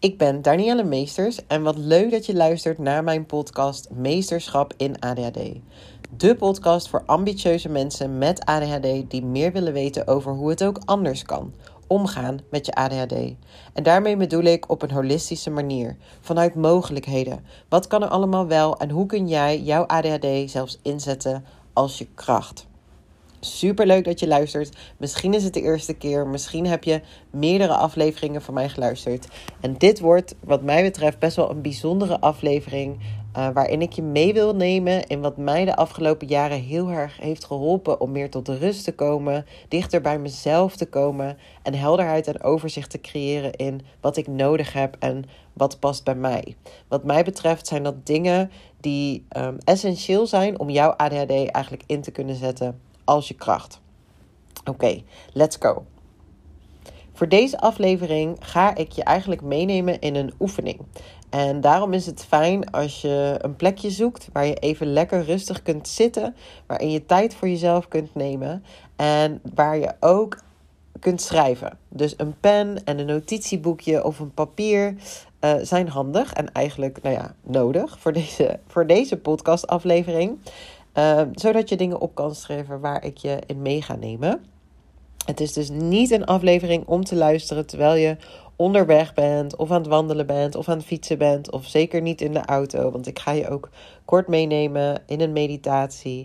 Ik ben Danielle Meesters en wat leuk dat je luistert naar mijn podcast Meesterschap in ADHD. De podcast voor ambitieuze mensen met ADHD die meer willen weten over hoe het ook anders kan. Omgaan met je ADHD. En daarmee bedoel ik op een holistische manier, vanuit mogelijkheden. Wat kan er allemaal wel en hoe kun jij jouw ADHD zelfs inzetten als je kracht? Super leuk dat je luistert. Misschien is het de eerste keer. Misschien heb je meerdere afleveringen van mij geluisterd. En dit wordt wat mij betreft best wel een bijzondere aflevering. Waarin ik je mee wil nemen in wat mij de afgelopen jaren heel erg heeft geholpen om meer tot rust te komen. Dichter bij mezelf te komen. En helderheid en overzicht te creëren in wat ik nodig heb en wat past bij mij. Wat mij betreft zijn dat dingen die essentieel zijn om jouw ADHD eigenlijk in te kunnen zetten als je kracht. Oké, let's go. Voor deze aflevering ga ik je eigenlijk meenemen in een oefening. En daarom is het fijn als je een plekje zoekt waar je even lekker rustig kunt zitten, waarin je tijd voor jezelf kunt nemen en waar je ook kunt schrijven. Dus een pen en een notitieboekje of een papier zijn handig en eigenlijk nodig voor deze podcastaflevering. Zodat je dingen op kan schrijven waar ik je in mee ga nemen. Het is dus niet een aflevering om te luisteren terwijl je onderweg bent of aan het wandelen bent of aan het fietsen bent of zeker niet in de auto. Want ik ga je ook kort meenemen in een meditatie.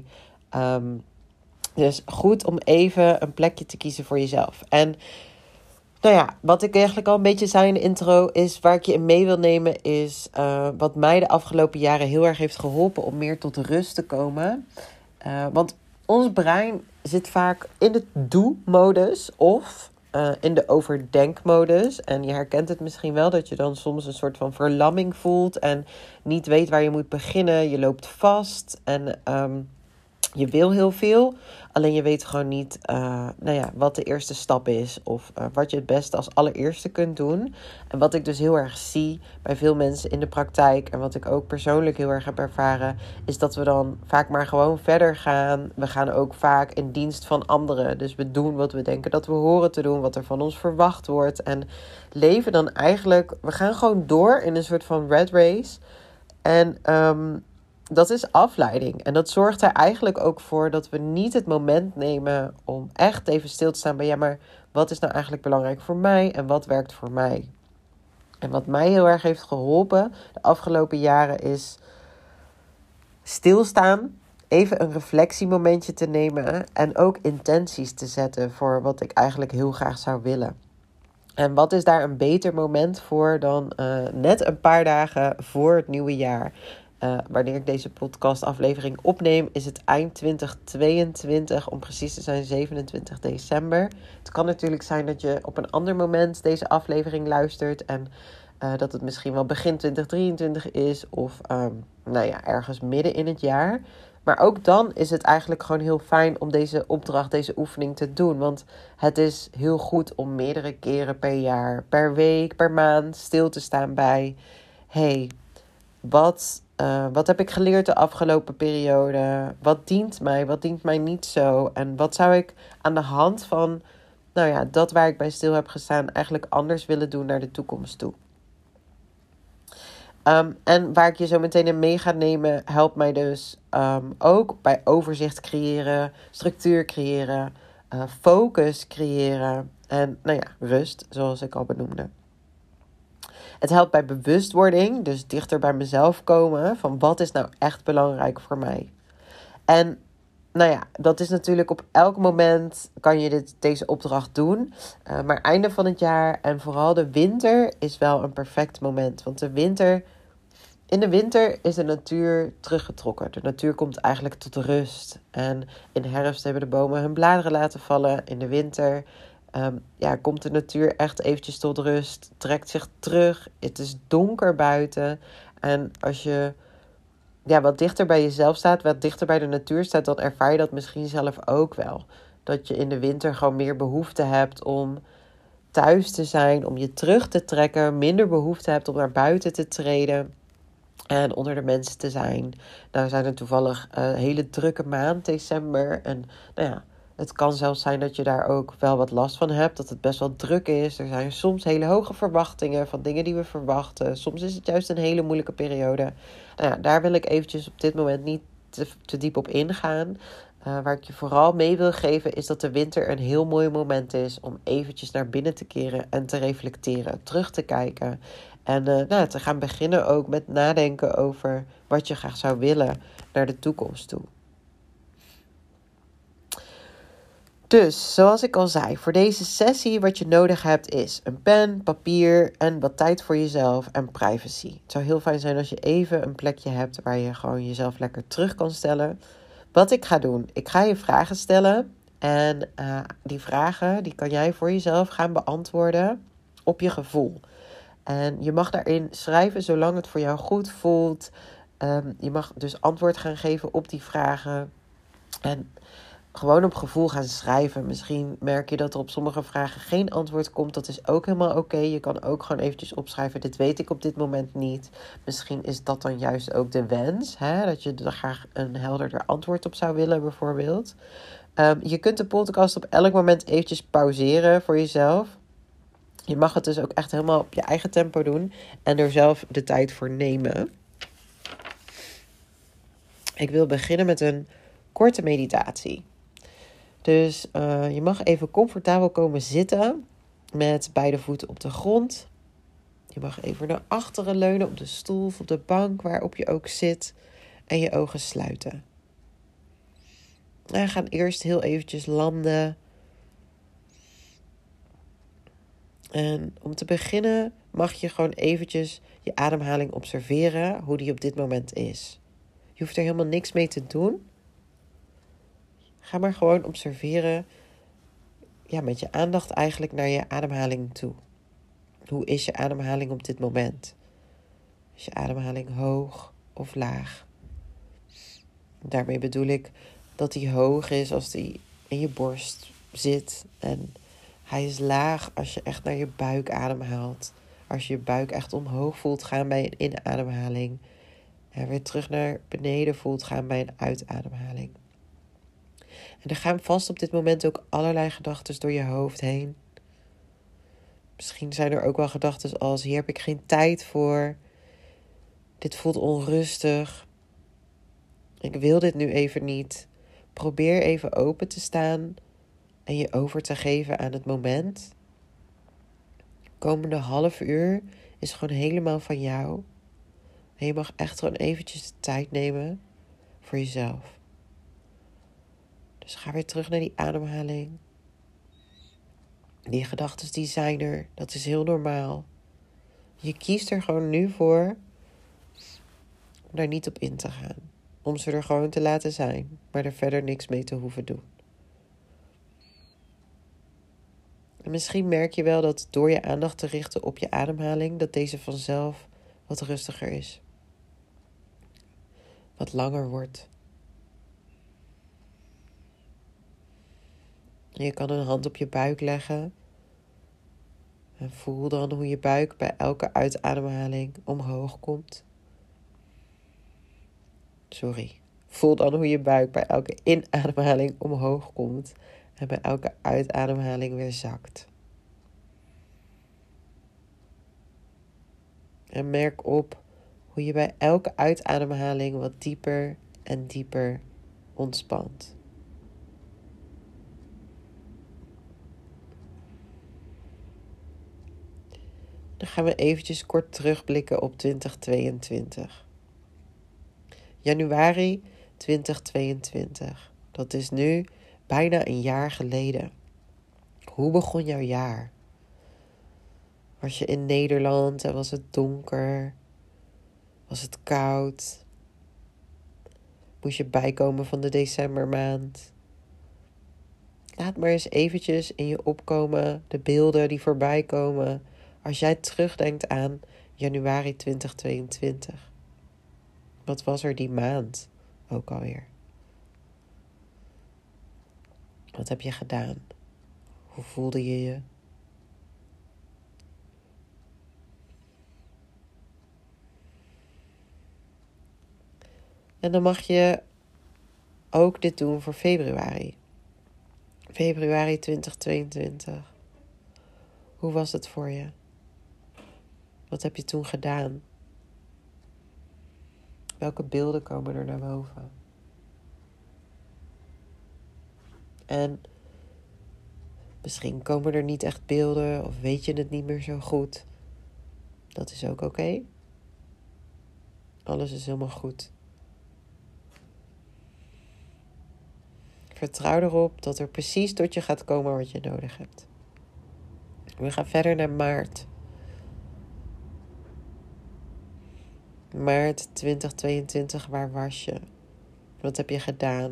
Dus goed om even een plekje te kiezen voor jezelf. En wat ik eigenlijk al een beetje zei in de intro is waar ik je in mee wil nemen is wat mij de afgelopen jaren heel erg heeft geholpen om meer tot rust te komen. Want ons brein zit vaak in de doe-modus of in de overdenkmodus. En je herkent het misschien wel dat je dan soms een soort van verlamming voelt en niet weet waar je moet beginnen. Je loopt vast en je wil heel veel, alleen je weet gewoon niet wat de eerste stap is of wat je het beste als allereerste kunt doen. En wat ik dus heel erg zie bij veel mensen in de praktijk en wat ik ook persoonlijk heel erg heb ervaren, is dat we dan vaak maar gewoon verder gaan. We gaan ook vaak in dienst van anderen. Dus we doen wat we denken dat we horen te doen, wat er van ons verwacht wordt. En leven dan eigenlijk, we gaan gewoon door in een soort van rat race. En dat is afleiding. En dat zorgt er eigenlijk ook voor dat we niet het moment nemen om echt even stil te staan bij, maar wat is nou eigenlijk belangrijk voor mij en wat werkt voor mij? En wat mij heel erg heeft geholpen de afgelopen jaren is stilstaan, even een reflectiemomentje te nemen en ook intenties te zetten voor wat ik eigenlijk heel graag zou willen. En wat is daar een beter moment voor dan net een paar dagen voor het nieuwe jaar? Wanneer ik deze podcastaflevering opneem, is het eind 2022, om precies te zijn 27 december. Het kan natuurlijk zijn dat je op een ander moment deze aflevering luistert en dat het misschien wel begin 2023 is of ergens midden in het jaar. Maar ook dan is het eigenlijk gewoon heel fijn om deze opdracht, deze oefening te doen. Want het is heel goed om meerdere keren per jaar, per week, per maand stil te staan bij, wat heb ik geleerd de afgelopen periode? Wat dient mij niet zo? En wat zou ik aan de hand van dat waar ik bij stil heb gestaan eigenlijk anders willen doen naar de toekomst toe? En waar ik je zo meteen in mee ga nemen, helpt mij dus ook bij overzicht creëren, structuur creëren, focus creëren en rust, zoals ik al benoemde. Het helpt bij bewustwording, dus dichter bij mezelf komen van wat is nou echt belangrijk voor mij. En dat is natuurlijk op elk moment kan je deze opdracht doen. Maar einde van het jaar en vooral de winter is wel een perfect moment. Want in de winter is de natuur teruggetrokken. De natuur komt eigenlijk tot rust. En in de herfst hebben de bomen hun bladeren laten vallen. In de winter komt de natuur echt eventjes tot rust. Trekt zich terug. Het is donker buiten. En als je wat dichter bij jezelf staat, wat dichter bij de natuur staat, dan ervaar je dat misschien zelf ook wel. Dat je in de winter gewoon meer behoefte hebt om thuis te zijn, om je terug te trekken. Minder behoefte hebt om naar buiten te treden en onder de mensen te zijn. Nou zijn er toevallig een hele drukke maand, december. En Het kan zelfs zijn dat je daar ook wel wat last van hebt. Dat het best wel druk is. Er zijn soms hele hoge verwachtingen van dingen die we verwachten. Soms is het juist een hele moeilijke periode. Nou ja, daar wil ik eventjes op dit moment niet te diep op ingaan. Waar ik je vooral mee wil geven is dat de winter een heel mooi moment is om eventjes naar binnen te keren en te reflecteren, terug te kijken. En te gaan beginnen ook met nadenken over wat je graag zou willen naar de toekomst toe. Dus, zoals ik al zei, voor deze sessie wat je nodig hebt is een pen, papier en wat tijd voor jezelf en privacy. Het zou heel fijn zijn als je even een plekje hebt waar je gewoon jezelf lekker terug kan stellen. Wat ik ga doen, ik ga je vragen stellen en die vragen die kan jij voor jezelf gaan beantwoorden op je gevoel. En je mag daarin schrijven zolang het voor jou goed voelt. Je mag dus antwoord gaan geven op die vragen en gewoon op gevoel gaan schrijven. Misschien merk je dat er op sommige vragen geen antwoord komt. Dat is ook helemaal oké. Je kan ook gewoon eventjes opschrijven. Dit weet ik op dit moment niet. Misschien is dat dan juist ook de wens. Hè? Dat je er graag een helderder antwoord op zou willen bijvoorbeeld. Je kunt de podcast op elk moment eventjes pauzeren voor jezelf. Je mag het dus ook echt helemaal op je eigen tempo doen. En er zelf de tijd voor nemen. Ik wil beginnen met een korte meditatie. Dus je mag even comfortabel komen zitten met beide voeten op de grond. Je mag even naar achteren leunen op de stoel of op de bank waarop je ook zit. En je ogen sluiten. We gaan eerst heel eventjes landen. En om te beginnen mag je gewoon eventjes je ademhaling observeren hoe die op dit moment is. Je hoeft er helemaal niks mee te doen. Ga maar gewoon observeren, met je aandacht eigenlijk naar je ademhaling toe. Hoe is je ademhaling op dit moment? Is je ademhaling hoog of laag? Daarmee bedoel ik dat die hoog is als die in je borst zit. En hij is laag als je echt naar je buik ademhaalt. Als je je buik echt omhoog voelt gaan bij een inademhaling. En weer terug naar beneden voelt gaan bij een uitademhaling. En er gaan vast op dit moment ook allerlei gedachten door je hoofd heen. Misschien zijn er ook wel gedachten als: hier heb ik geen tijd voor. Dit voelt onrustig. Ik wil dit nu even niet. Probeer even open te staan en je over te geven aan het moment. De komende half uur is gewoon helemaal van jou. En je mag echt gewoon eventjes de tijd nemen voor jezelf. Dus ga weer terug naar die ademhaling. Die gedachten die zijn er, dat is heel normaal. Je kiest er gewoon nu voor om daar niet op in te gaan. Om ze er gewoon te laten zijn, maar er verder niks mee te hoeven doen. En misschien merk je wel dat door je aandacht te richten op je ademhaling, dat deze vanzelf wat rustiger is. Wat langer wordt. En je kan een hand op je buik leggen. En voel dan hoe je buik bij elke uitademhaling omhoog komt. Voel dan hoe je buik bij elke inademhaling omhoog komt. En bij elke uitademhaling weer zakt. En merk op hoe je bij elke uitademhaling wat dieper en dieper ontspant. Dan gaan we eventjes kort terugblikken op 2022. Januari 2022. Dat is nu bijna een jaar geleden. Hoe begon jouw jaar? Was je in Nederland en was het donker? Was het koud? Moest je bijkomen van de decembermaand? Laat maar eens eventjes in je opkomen de beelden die voorbij komen als jij terugdenkt aan januari 2022. Wat was er die maand ook alweer? Wat heb je gedaan? Hoe voelde je je? En dan mag je ook dit doen voor februari. Februari 2022. Hoe was het voor je? Wat heb je toen gedaan? Welke beelden komen er naar boven? En misschien komen er niet echt beelden of weet je het niet meer zo goed. Dat is ook oké. Alles is helemaal goed. Vertrouw erop dat er precies tot je gaat komen wat je nodig hebt. We gaan verder naar maart. Maart 2022, waar was je? Wat heb je gedaan?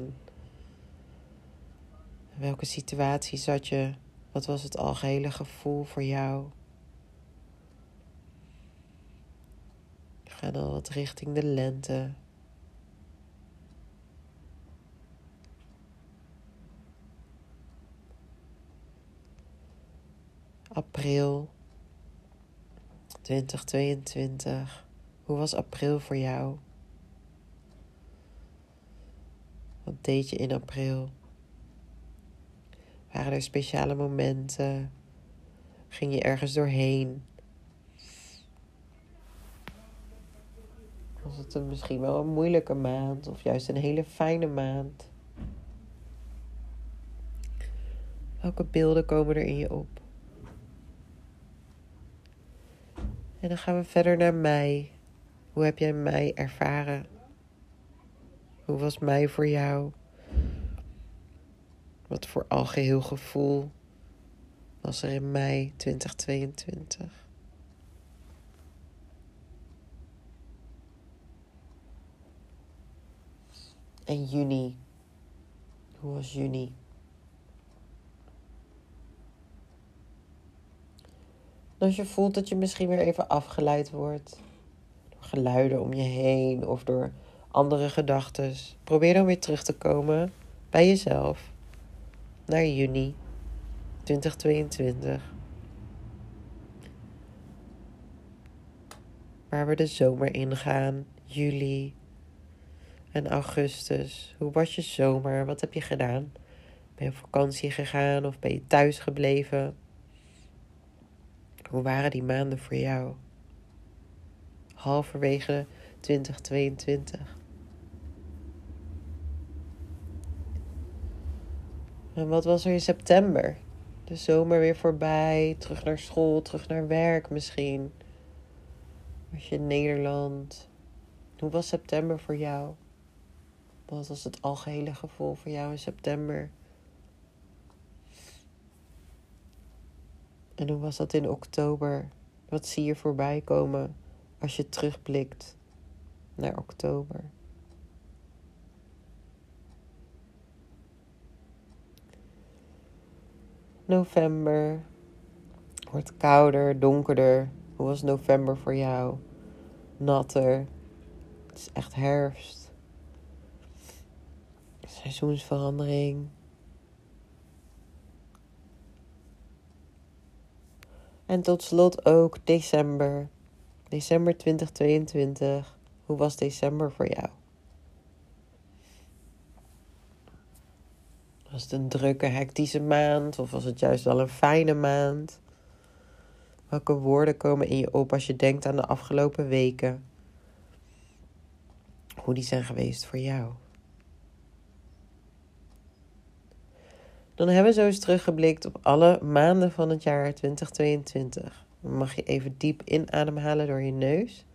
In welke situatie zat je? Wat was het algehele gevoel voor jou? We gaan al wat richting de lente. April 2022. Hoe was april voor jou? Wat deed je in april? Waren er speciale momenten? Ging je ergens doorheen? Was het misschien wel een moeilijke maand of juist een hele fijne maand? Welke beelden komen er in je op? En dan gaan we verder naar mei. Hoe heb jij mei ervaren? Hoe was mei voor jou? Wat voor algeheel gevoel was er in mei 2022? En juni. Hoe was juni? Als je voelt dat je misschien weer even afgeleid wordt door geluiden om je heen of door andere gedachten, probeer dan weer terug te komen bij jezelf naar juni 2022. Waar we de zomer ingaan, juli en augustus. Hoe was je zomer? Wat heb je gedaan? Ben je op vakantie gegaan of ben je thuis gebleven? Hoe waren die maanden voor jou? Halverwege 2022. En wat was er in september? De zomer weer voorbij, terug naar school, terug naar werk misschien. Was je in Nederland? Hoe was september voor jou? Wat was het algehele gevoel voor jou in september? En hoe was dat in oktober? Wat zie je voorbij komen als je terugblikt naar oktober? November wordt kouder, donkerder. Hoe was november voor jou? Natter. Het is echt herfst. Seizoensverandering. En tot slot ook december. December 2022. Hoe was december voor jou? Was het een drukke, hectische maand? Of was het juist wel een fijne maand? Welke woorden komen in je op als je denkt aan de afgelopen weken? Hoe die zijn geweest voor jou? Dan hebben we zo eens teruggeblikt op alle maanden van het jaar 2022. Dan mag je even diep inademhalen door je neus.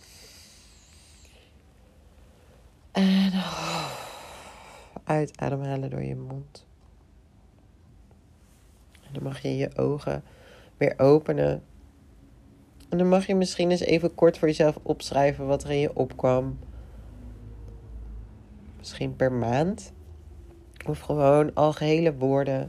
En uitademhalen door je mond. En dan mag je je ogen weer openen. En dan mag je misschien eens even kort voor jezelf opschrijven wat er in je opkwam. Misschien per maand. Of gewoon algehele woorden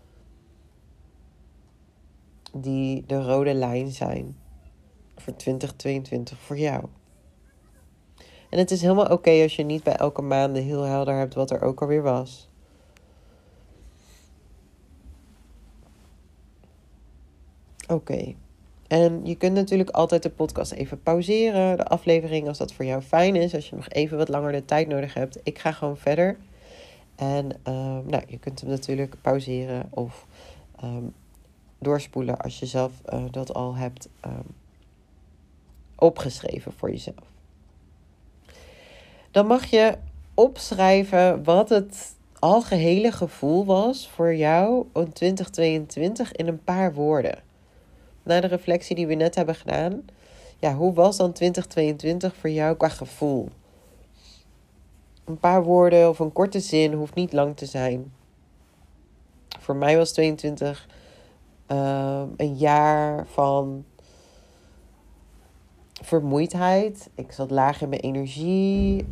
die de rode lijn zijn voor 2022 voor jou. En het is helemaal oké als je niet bij elke maand heel helder hebt wat er ook alweer was. Oké. En je kunt natuurlijk altijd de podcast even pauzeren, de aflevering, als dat voor jou fijn is. Als je nog even wat langer de tijd nodig hebt. Ik ga gewoon verder. En nou, je kunt hem natuurlijk pauzeren of doorspoelen als je zelf dat al hebt opgeschreven voor jezelf. Dan mag je opschrijven wat het algehele gevoel was voor jou in 2022 in een paar woorden. Na de reflectie die we net hebben gedaan, ja, hoe was dan 2022 voor jou qua gevoel? Een paar woorden of een korte zin, hoeft niet lang te zijn. Voor mij was 22 een jaar van vermoeidheid. Ik zat laag in mijn energie.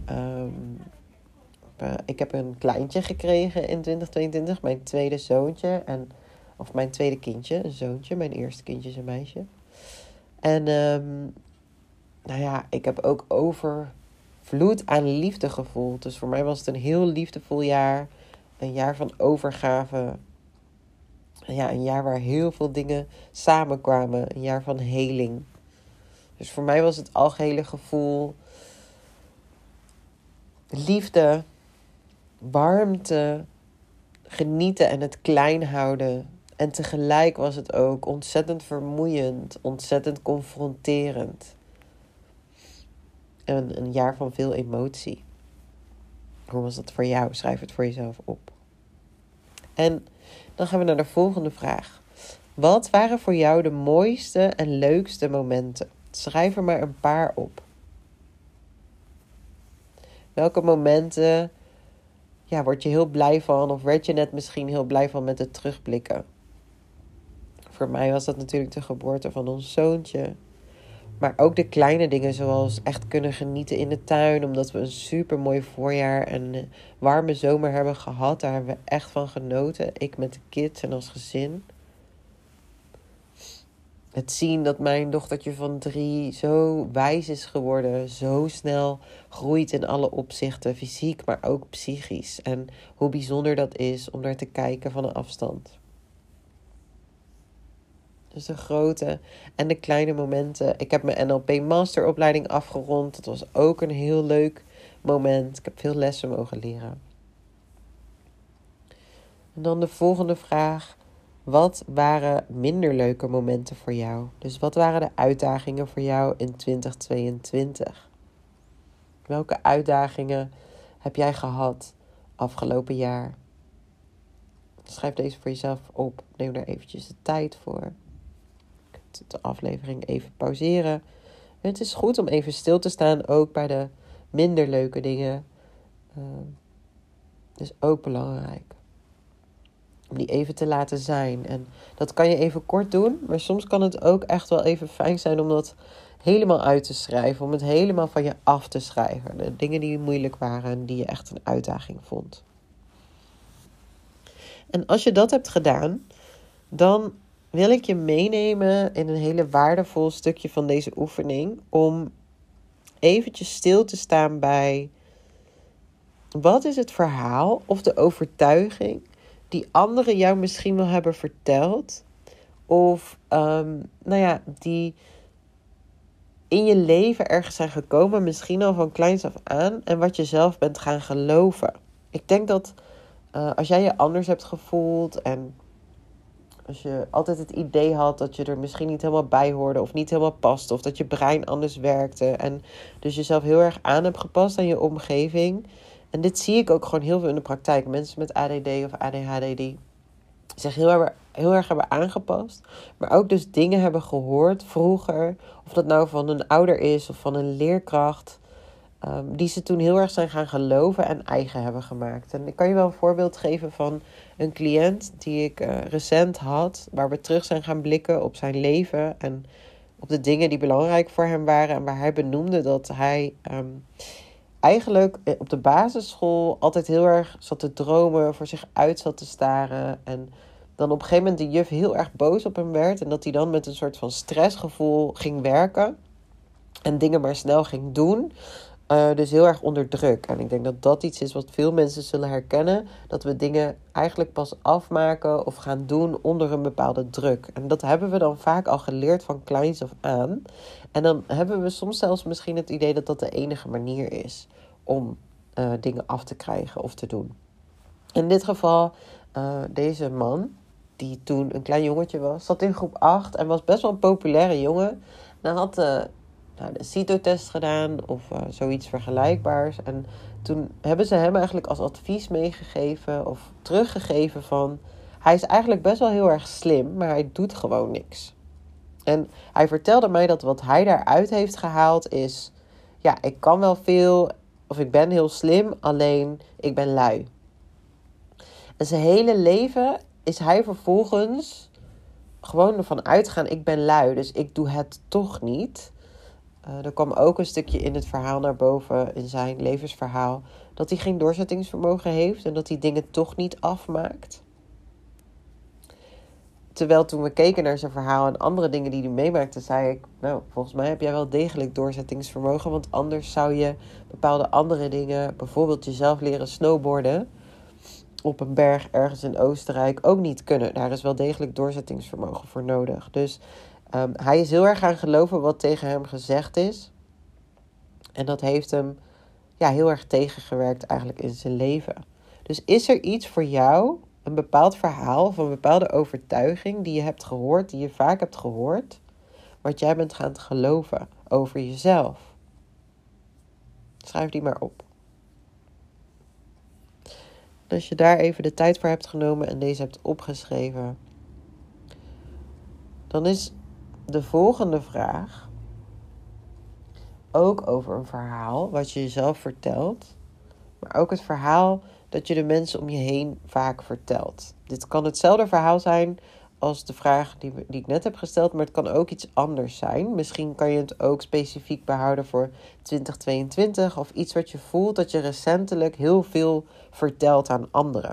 Ik heb een kleintje gekregen in 2022, mijn tweede zoontje. Of mijn tweede kindje, een zoontje. Mijn eerste kindje is een meisje. En nou ja, ik heb ook overvloed aan liefde gevoeld. Dus voor mij was het een heel liefdevol jaar. Een jaar van overgave. Ja, een jaar waar heel veel dingen samenkwamen. Een jaar van heling. Dus voor mij was het algehele gevoel liefde, warmte, genieten en het klein houden. En tegelijk was het ook ontzettend vermoeiend, ontzettend confronterend. En een jaar van veel emotie. Hoe was dat voor jou? Schrijf het voor jezelf op. En dan gaan we naar de volgende vraag. Wat waren voor jou de mooiste en leukste momenten? Schrijf er maar een paar op. Welke momenten word je heel blij van? Of werd je net misschien heel blij van met het terugblikken? Voor mij was dat natuurlijk de geboorte van ons zoontje. Maar ook de kleine dingen zoals echt kunnen genieten in de tuin. Omdat we een super mooi voorjaar en warme zomer hebben gehad. Daar hebben we echt van genoten. Ik met de kids en als gezin. Het zien dat mijn dochtertje van 3 zo wijs is geworden. Zo snel groeit in alle opzichten. Fysiek, maar ook psychisch. En hoe bijzonder dat is om naar te kijken van een afstand. Dus de grote en de kleine momenten. Ik heb mijn NLP masteropleiding afgerond. Dat was ook een heel leuk moment. Ik heb veel lessen mogen leren. En dan de volgende vraag. Wat waren minder leuke momenten voor jou? Dus wat waren de uitdagingen voor jou in 2022? Welke uitdagingen heb jij gehad afgelopen jaar? Schrijf deze voor jezelf op. Neem daar eventjes de tijd voor. Je kunt de aflevering even pauzeren. En het is goed om even stil te staan, ook bij de minder leuke dingen. Dus ook belangrijk. Om die even te laten zijn. En dat kan je even kort doen. Maar soms kan het ook echt wel even fijn zijn om dat helemaal uit te schrijven. Om het helemaal van je af te schrijven. De dingen die moeilijk waren en die je echt een uitdaging vond. En als je dat hebt gedaan, dan wil ik je meenemen in een hele waardevol stukje van deze oefening. Om eventjes stil te staan bij wat is het verhaal of de overtuiging die anderen jou misschien wel hebben verteld. Of die in je leven ergens zijn gekomen. Misschien al van kleins af aan. En wat je zelf bent gaan geloven. Ik denk dat als jij je anders hebt gevoeld. En als je altijd het idee had dat je er misschien niet helemaal bij hoorde. Of niet helemaal paste. Of dat je brein anders werkte. En dus jezelf heel erg aan hebt gepast aan je omgeving. En dit zie ik ook gewoon heel veel in de praktijk. Mensen met ADD of ADHD die zich heel erg hebben aangepast. Maar ook dus dingen hebben gehoord vroeger. Of dat nou van een ouder is of van een leerkracht. Die ze toen heel erg zijn gaan geloven en eigen hebben gemaakt. En ik kan je wel een voorbeeld geven van een cliënt die ik recent had. Waar we terug zijn gaan blikken op zijn leven. En op de dingen die belangrijk voor hem waren. En waar hij benoemde dat hij eigenlijk op de basisschool altijd heel erg zat te dromen, voor zich uit zat te staren. En dan op een gegeven moment de juf heel erg boos op hem werd. En dat hij dan met een soort van stressgevoel ging werken. En dingen maar snel ging doen. Dus heel erg onder druk. En ik denk dat dat iets is wat veel mensen zullen herkennen. Dat we dingen eigenlijk pas afmaken of gaan doen onder een bepaalde druk. En dat hebben we dan vaak al geleerd van kleins af aan. En dan hebben we soms zelfs misschien het idee dat dat de enige manier is om dingen af te krijgen of te doen. In dit geval, deze man, die toen een klein jongetje was, zat in groep 8 en was best wel een populaire jongen. En hij had de CITO-test gedaan of zoiets vergelijkbaars. En toen hebben ze hem eigenlijk als advies meegegeven of teruggegeven van... Hij is eigenlijk best wel heel erg slim, maar hij doet gewoon niks. En hij vertelde mij dat wat hij daaruit heeft gehaald is... Ja, ik kan wel veel of ik ben heel slim, alleen ik ben lui. En zijn hele leven is hij vervolgens gewoon ervan uitgegaan, ik ben lui, dus ik doe het toch niet. Er kwam ook een stukje in het verhaal naar boven, in zijn levensverhaal, dat hij geen doorzettingsvermogen heeft en dat hij dingen toch niet afmaakt. Terwijl toen we keken naar zijn verhaal en andere dingen die hij meemaakte, zei ik, nou, volgens mij heb jij wel degelijk doorzettingsvermogen, want anders zou je bepaalde andere dingen, bijvoorbeeld jezelf leren snowboarden op een berg ergens in Oostenrijk, ook niet kunnen. Daar is wel degelijk doorzettingsvermogen voor nodig. Dus hij is heel erg gaan geloven wat tegen hem gezegd is. En dat heeft hem heel erg tegengewerkt eigenlijk in zijn leven. Dus is er iets voor jou, een bepaald verhaal of een bepaalde overtuiging die je hebt gehoord, die je vaak hebt gehoord, wat jij bent gaan geloven over jezelf? Schrijf die maar op. Als je daar even de tijd voor hebt genomen en deze hebt opgeschreven, dan is de volgende vraag ook over een verhaal wat je jezelf vertelt, maar ook het verhaal dat je de mensen om je heen vaak vertelt. Dit kan hetzelfde verhaal zijn als de vraag die ik net heb gesteld, maar het kan ook iets anders zijn. Misschien kan je het ook specifiek behouden voor 2022 of iets wat je voelt dat je recentelijk heel veel vertelt aan anderen.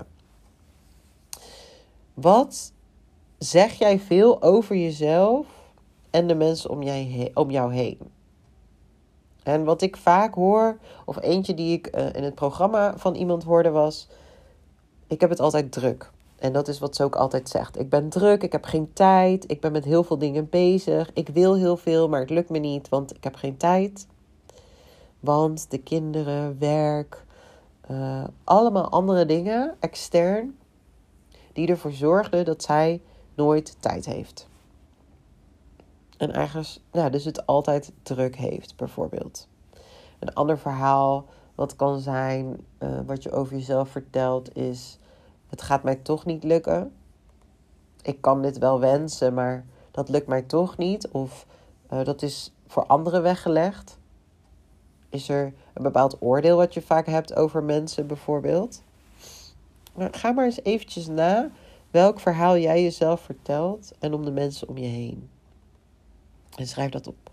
Wat zeg jij veel over jezelf en de mensen om jou heen? En wat ik vaak hoor, of eentje die ik in het programma van iemand hoorde was, ik heb het altijd druk. En dat is wat ze ook altijd zegt. Ik ben druk, ik heb geen tijd, ik ben met heel veel dingen bezig. Ik wil heel veel, maar het lukt me niet, want ik heb geen tijd. Want de kinderen, werk, allemaal andere dingen, extern, die ervoor zorgden dat zij nooit tijd heeft. En ergens, dus het altijd druk heeft, bijvoorbeeld. Een ander verhaal wat kan zijn, wat je over jezelf vertelt, is: het gaat mij toch niet lukken. Ik kan dit wel wensen, maar dat lukt mij toch niet. Of dat is voor anderen weggelegd. Is er een bepaald oordeel wat je vaak hebt over mensen, bijvoorbeeld? Maar ga maar eens eventjes na welk verhaal jij jezelf vertelt en om de mensen om je heen. En schrijf dat op.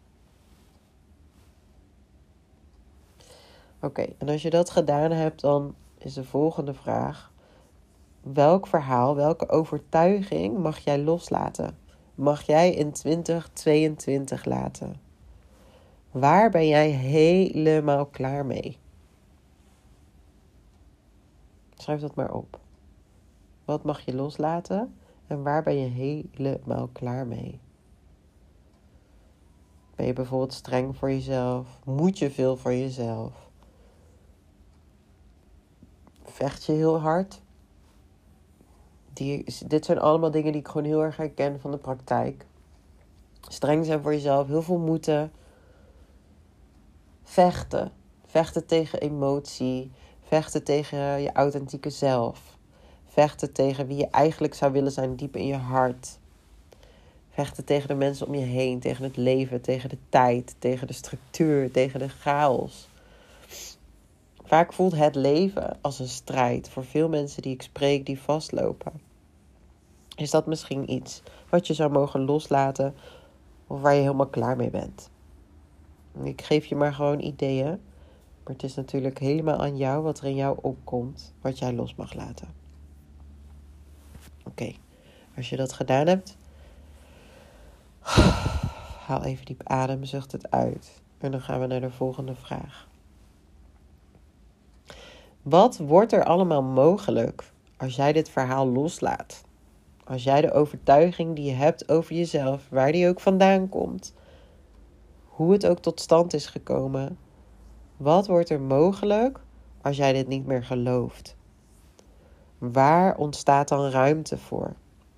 Oké, en als je dat gedaan hebt, dan is de volgende vraag: welk verhaal, welke overtuiging mag jij loslaten? Mag jij in 2022 laten? Waar ben jij helemaal klaar mee? Schrijf dat maar op. Wat mag je loslaten en waar ben je helemaal klaar mee? Ben je bijvoorbeeld streng voor jezelf? Moet je veel voor jezelf? Vecht je heel hard? Dit zijn allemaal dingen die ik gewoon heel erg herken van de praktijk. Streng zijn voor jezelf, heel veel moeten. Vechten. Vechten tegen emotie. Vechten tegen je authentieke zelf. Vechten tegen wie je eigenlijk zou willen zijn diep in je hart. Vechten tegen de mensen om je heen, tegen het leven, tegen de tijd, tegen de structuur, tegen de chaos. Vaak voelt het leven als een strijd voor veel mensen die ik spreek die vastlopen. Is dat misschien iets wat je zou mogen loslaten of waar je helemaal klaar mee bent? Ik geef je maar gewoon ideeën, maar het is natuurlijk helemaal aan jou wat er in jou opkomt, wat jij los mag laten. Oké, als je dat gedaan hebt, haal even diep adem, zucht het uit. En dan gaan we naar de volgende vraag. Wat wordt er allemaal mogelijk als jij dit verhaal loslaat? Als jij de overtuiging die je hebt over jezelf, waar die ook vandaan komt, hoe het ook tot stand is gekomen, wat wordt er mogelijk als jij dit niet meer gelooft? Waar ontstaat dan ruimte voor?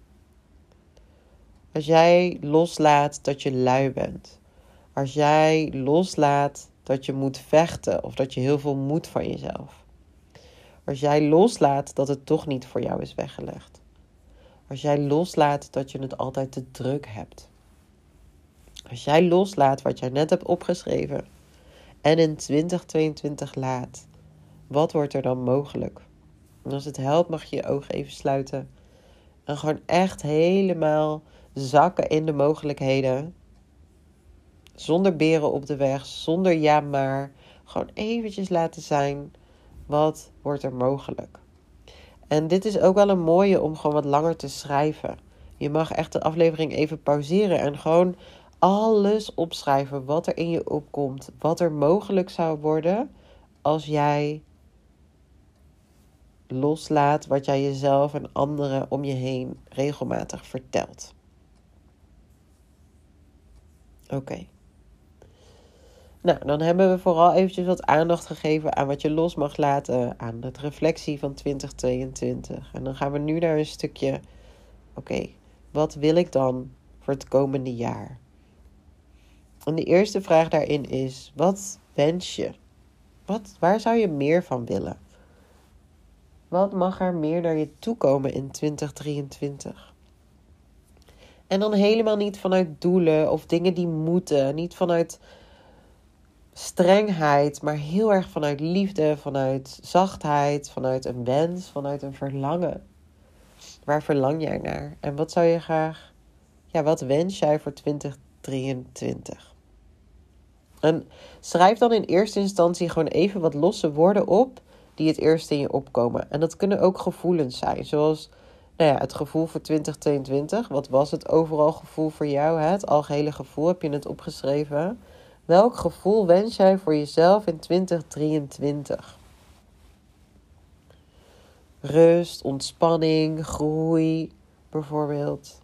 Als jij loslaat dat je lui bent. Als jij loslaat dat je moet vechten of dat je heel veel moet van jezelf. Als jij loslaat dat het toch niet voor jou is weggelegd. Als jij loslaat dat je het altijd te druk hebt. Als jij loslaat wat jij net hebt opgeschreven en in 2022 laat, wat wordt er dan mogelijk? En als het helpt mag je je ogen even sluiten en gewoon echt helemaal zakken in de mogelijkheden. Zonder beren op de weg, zonder ja maar. Gewoon eventjes laten zijn, wat wordt er mogelijk? En dit is ook wel een mooie om gewoon wat langer te schrijven. Je mag echt de aflevering even pauzeren en gewoon alles opschrijven wat er in je opkomt. Wat er mogelijk zou worden als jij loslaat wat jij jezelf en anderen om je heen regelmatig vertelt. Oké. Nou, dan hebben we vooral eventjes wat aandacht gegeven aan wat je los mag laten, aan de reflectie van 2022. En dan gaan we nu naar een stukje, oké, wat wil ik dan voor het komende jaar? En de eerste vraag daarin is, wat wens je? Waar zou je meer van willen? Wat mag er meer naar je toe komen in 2023? En dan helemaal niet vanuit doelen of dingen die moeten, niet vanuit strengheid, maar heel erg vanuit liefde, vanuit zachtheid, vanuit een wens, vanuit een verlangen. Waar verlang jij naar? En wat zou je graag, wat wens jij voor 2023? En schrijf dan in eerste instantie gewoon even wat losse woorden op die het eerst in je opkomen. En dat kunnen ook gevoelens zijn, zoals het gevoel voor 2022. Wat was het overal gevoel voor jou? Het algehele gevoel, heb je het opgeschreven? Welk gevoel wens jij voor jezelf in 2023? Rust, ontspanning, groei, bijvoorbeeld.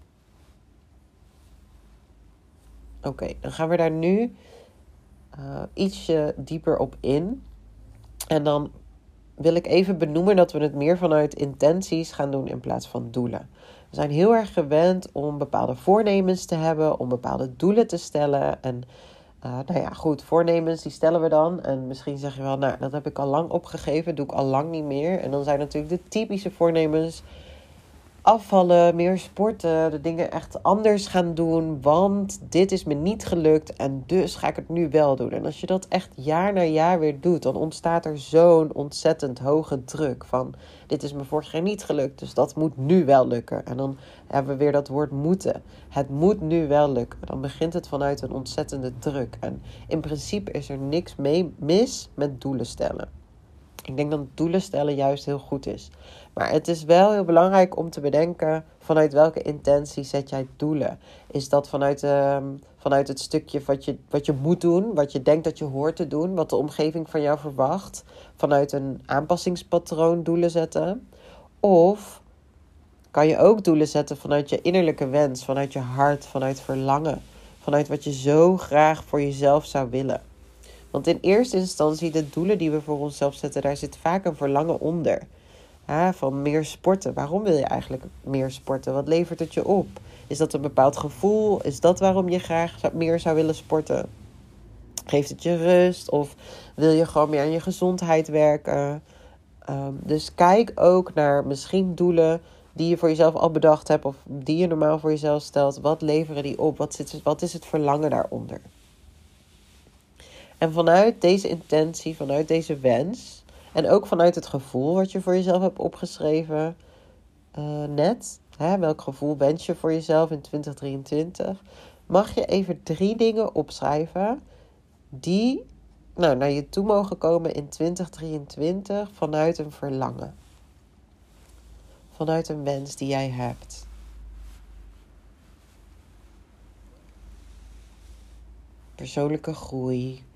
Oké, dan gaan we daar nu ietsje dieper op in. En dan wil ik even benoemen dat we het meer vanuit intenties gaan doen in plaats van doelen. We zijn heel erg gewend om bepaalde voornemens te hebben, om bepaalde doelen te stellen. En voornemens die stellen we dan. En misschien zeg je wel, dat heb ik al lang opgegeven, doe ik al lang niet meer. En dan zijn natuurlijk de typische voornemens: afvallen, meer sporten, de dingen echt anders gaan doen, want dit is me niet gelukt en dus ga ik het nu wel doen. En als je dat echt jaar na jaar weer doet, dan ontstaat er zo'n ontzettend hoge druk van: dit is me vorig jaar niet gelukt, dus dat moet nu wel lukken. En dan hebben we weer dat woord moeten. Het moet nu wel lukken. Dan begint het vanuit een ontzettende druk. En in principe is er niks mis met doelen stellen. Ik denk dat doelen stellen juist heel goed is. Maar het is wel heel belangrijk om te bedenken: vanuit welke intentie zet jij doelen? Is dat vanuit het stukje wat je moet doen, wat je denkt dat je hoort te doen, wat de omgeving van jou verwacht? Vanuit een aanpassingspatroon doelen zetten? Of kan je ook doelen zetten vanuit je innerlijke wens, vanuit je hart, vanuit verlangen, vanuit wat je zo graag voor jezelf zou willen? Want in eerste instantie, de doelen die we voor onszelf zetten, daar zit vaak een verlangen onder. Van meer sporten. Waarom wil je eigenlijk meer sporten? Wat levert het je op? Is dat een bepaald gevoel? Is dat waarom je graag meer zou willen sporten? Geeft het je rust? Of wil je gewoon meer aan je gezondheid werken? Dus kijk ook naar misschien doelen die je voor jezelf al bedacht hebt, of die je normaal voor jezelf stelt. Wat leveren die op? Wat is het verlangen daaronder? En vanuit deze intentie, vanuit deze wens, en ook vanuit het gevoel wat je voor jezelf hebt opgeschreven net, welk gevoel wens je voor jezelf in 2023, mag je even 3 dingen opschrijven die naar je toe mogen komen in 2023 vanuit een verlangen. Vanuit een wens die jij hebt. Persoonlijke groei.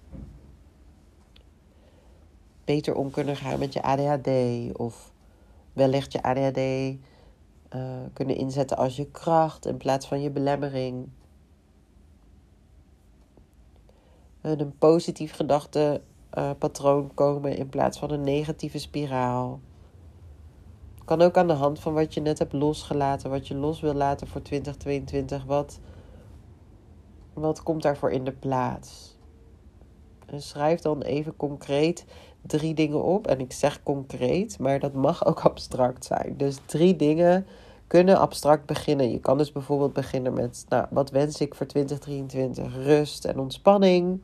Beter om kunnen gaan met je ADHD. Of wellicht je ADHD kunnen inzetten als je kracht in plaats van je belemmering. Een positief gedachtepatroon komen in plaats van een negatieve spiraal. Kan ook aan de hand van wat je net hebt losgelaten, wat je los wil laten voor 2022. Wat komt daarvoor in de plaats? En schrijf dan even concreet 3 dingen op. En ik zeg concreet, maar dat mag ook abstract zijn. Dus 3 dingen kunnen abstract beginnen. Je kan dus bijvoorbeeld beginnen met, wat wens ik voor 2023? Rust en ontspanning.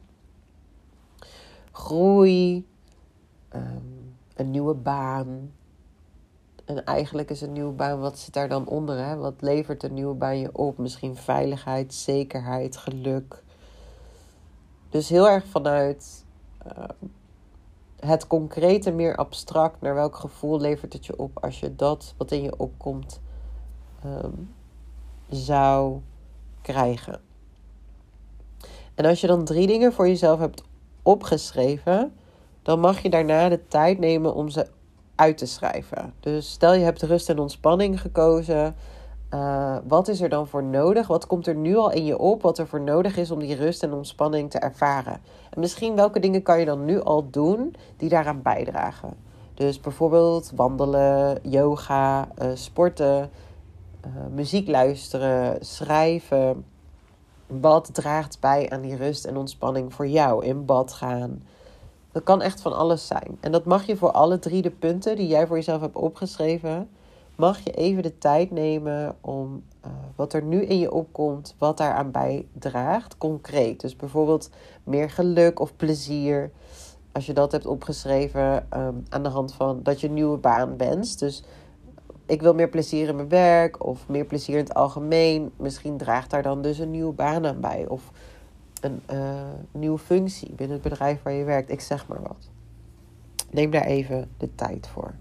Groei. Een nieuwe baan. En eigenlijk is een nieuwe baan, wat zit daar dan onder? Hè? Wat levert een nieuwe baan je op? Misschien veiligheid, zekerheid, geluk. Dus heel erg vanuit het concrete meer abstract. Naar welk gevoel levert het je op als je dat wat in je opkomt zou krijgen. En als je dan 3 dingen voor jezelf hebt opgeschreven, dan mag je daarna de tijd nemen om ze uit te schrijven. Dus stel je hebt rust en ontspanning gekozen. Wat is er dan voor nodig? Wat komt er nu al in je op? Wat er voor nodig is om die rust en ontspanning te ervaren? En misschien welke dingen kan je dan nu al doen die daaraan bijdragen? Dus bijvoorbeeld wandelen, yoga, sporten, muziek luisteren, schrijven. Wat draagt bij aan die rust en ontspanning voor jou? In bad gaan. Dat kan echt van alles zijn. En dat mag je voor alle 3 de punten die jij voor jezelf hebt opgeschreven, mag je even de tijd nemen om wat er nu in je opkomt, wat daaraan bijdraagt, concreet. Dus bijvoorbeeld meer geluk of plezier. Als je dat hebt opgeschreven aan de hand van dat je een nieuwe baan wenst. Dus ik wil meer plezier in mijn werk of meer plezier in het algemeen. Misschien draagt daar dan dus een nieuwe baan aan bij. Of een nieuwe functie binnen het bedrijf waar je werkt. Ik zeg maar wat. Neem daar even de tijd voor.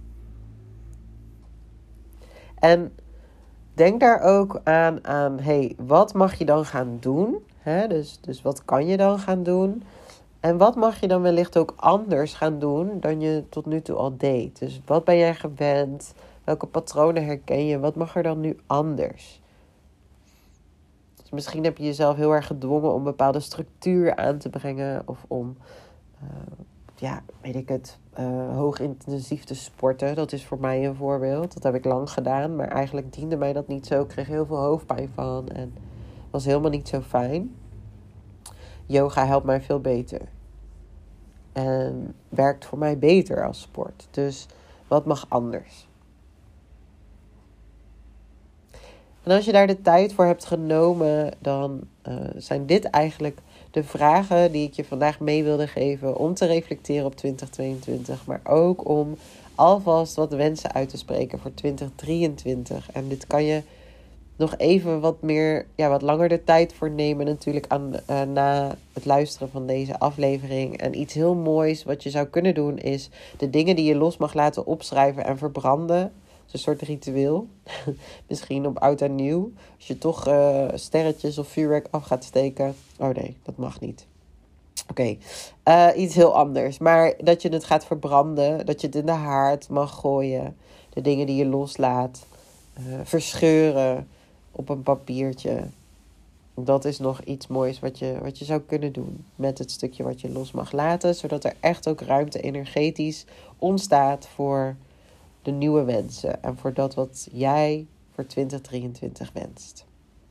En denk daar ook aan wat mag je dan gaan doen? Dus wat kan je dan gaan doen? En wat mag je dan wellicht ook anders gaan doen dan je tot nu toe al deed? Dus wat ben jij gewend? Welke patronen herken je? Wat mag er dan nu anders? Dus misschien heb je jezelf heel erg gedwongen om een bepaalde structuur aan te brengen. Of om, hoog intensief te sporten. Dat is voor mij een voorbeeld. Dat heb ik lang gedaan. Maar eigenlijk diende mij dat niet zo. Ik kreeg heel veel hoofdpijn van. En was helemaal niet zo fijn. Yoga helpt mij veel beter. En werkt voor mij beter als sport. Dus wat mag anders? En als je daar de tijd voor hebt genomen, dan zijn dit eigenlijk de vragen die ik je vandaag mee wilde geven om te reflecteren op 2022. Maar ook om alvast wat wensen uit te spreken voor 2023. En dit kan je nog even wat langer de tijd voor nemen natuurlijk na het luisteren van deze aflevering. En iets heel moois wat je zou kunnen doen is de dingen die je los mag laten opschrijven en verbranden. Een soort ritueel. Misschien op oud en nieuw. Als je toch sterretjes of vuurwerk af gaat steken. Oh nee, dat mag niet. Oké, iets heel anders. Maar dat je het gaat verbranden. Dat je het in de haard mag gooien. De dingen die je loslaat. Verscheuren op een papiertje. Dat is nog iets moois wat je zou kunnen doen. Met het stukje wat je los mag laten. Zodat er echt ook ruimte energetisch ontstaat voor de nieuwe wensen. En voor dat wat jij voor 2023 wenst.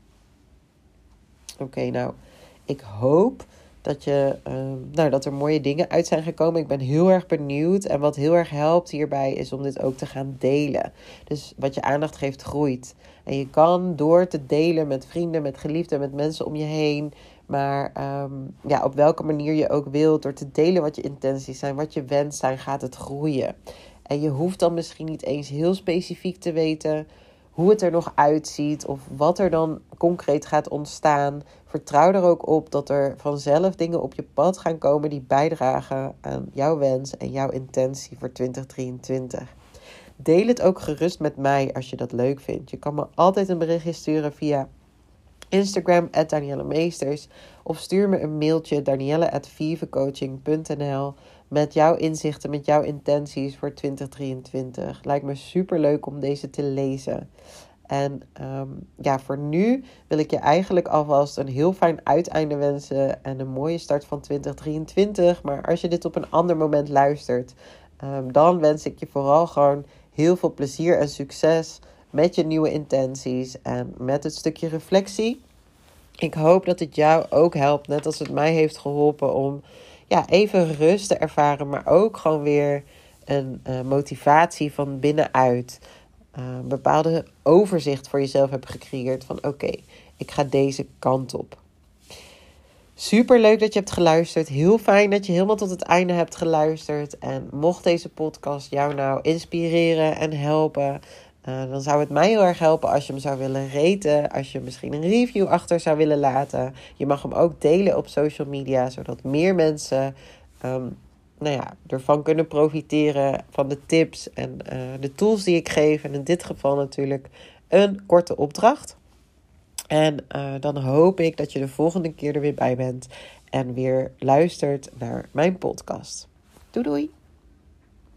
Oké, nou, ik hoop dat dat er mooie dingen uit zijn gekomen. Ik ben heel erg benieuwd. En wat heel erg helpt hierbij is om dit ook te gaan delen. Dus wat je aandacht geeft, groeit. En je kan door te delen met vrienden, met geliefden, met mensen om je heen. Maar op welke manier je ook wilt. Door te delen wat je intenties zijn, wat je wens zijn, gaat het groeien. En je hoeft dan misschien niet eens heel specifiek te weten hoe het er nog uitziet of wat er dan concreet gaat ontstaan. Vertrouw er ook op dat er vanzelf dingen op je pad gaan komen die bijdragen aan jouw wens en jouw intentie voor 2023. Deel het ook gerust met mij als je dat leuk vindt. Je kan me altijd een berichtje sturen via Instagram @DanielleMeesters of stuur me een mailtje danielle@vivecoaching.nl met jouw inzichten, met jouw intenties voor 2023. Lijkt me super leuk om deze te lezen. En voor nu wil ik je eigenlijk alvast een heel fijn uiteinde wensen en een mooie start van 2023. Maar als je dit op een ander moment luistert, dan wens ik je vooral gewoon heel veel plezier en succes met je nieuwe intenties en met het stukje reflectie. Ik hoop dat het jou ook helpt, net als het mij heeft geholpen om even rust te ervaren, maar ook gewoon weer een motivatie van binnenuit. Een bepaalde overzicht voor jezelf hebt gecreëerd van oké, ik ga deze kant op. Super leuk dat je hebt geluisterd. Heel fijn dat je helemaal tot het einde hebt geluisterd. En mocht deze podcast jou nou inspireren en helpen, dan zou het mij heel erg helpen als je hem zou willen raten. Als je misschien een review achter zou willen laten. Je mag hem ook delen op social media, zodat meer mensen ervan kunnen profiteren van de tips en de tools die ik geef. En in dit geval natuurlijk een korte opdracht. En dan hoop ik dat je de volgende keer er weer bij bent en weer luistert naar mijn podcast. Doei doei!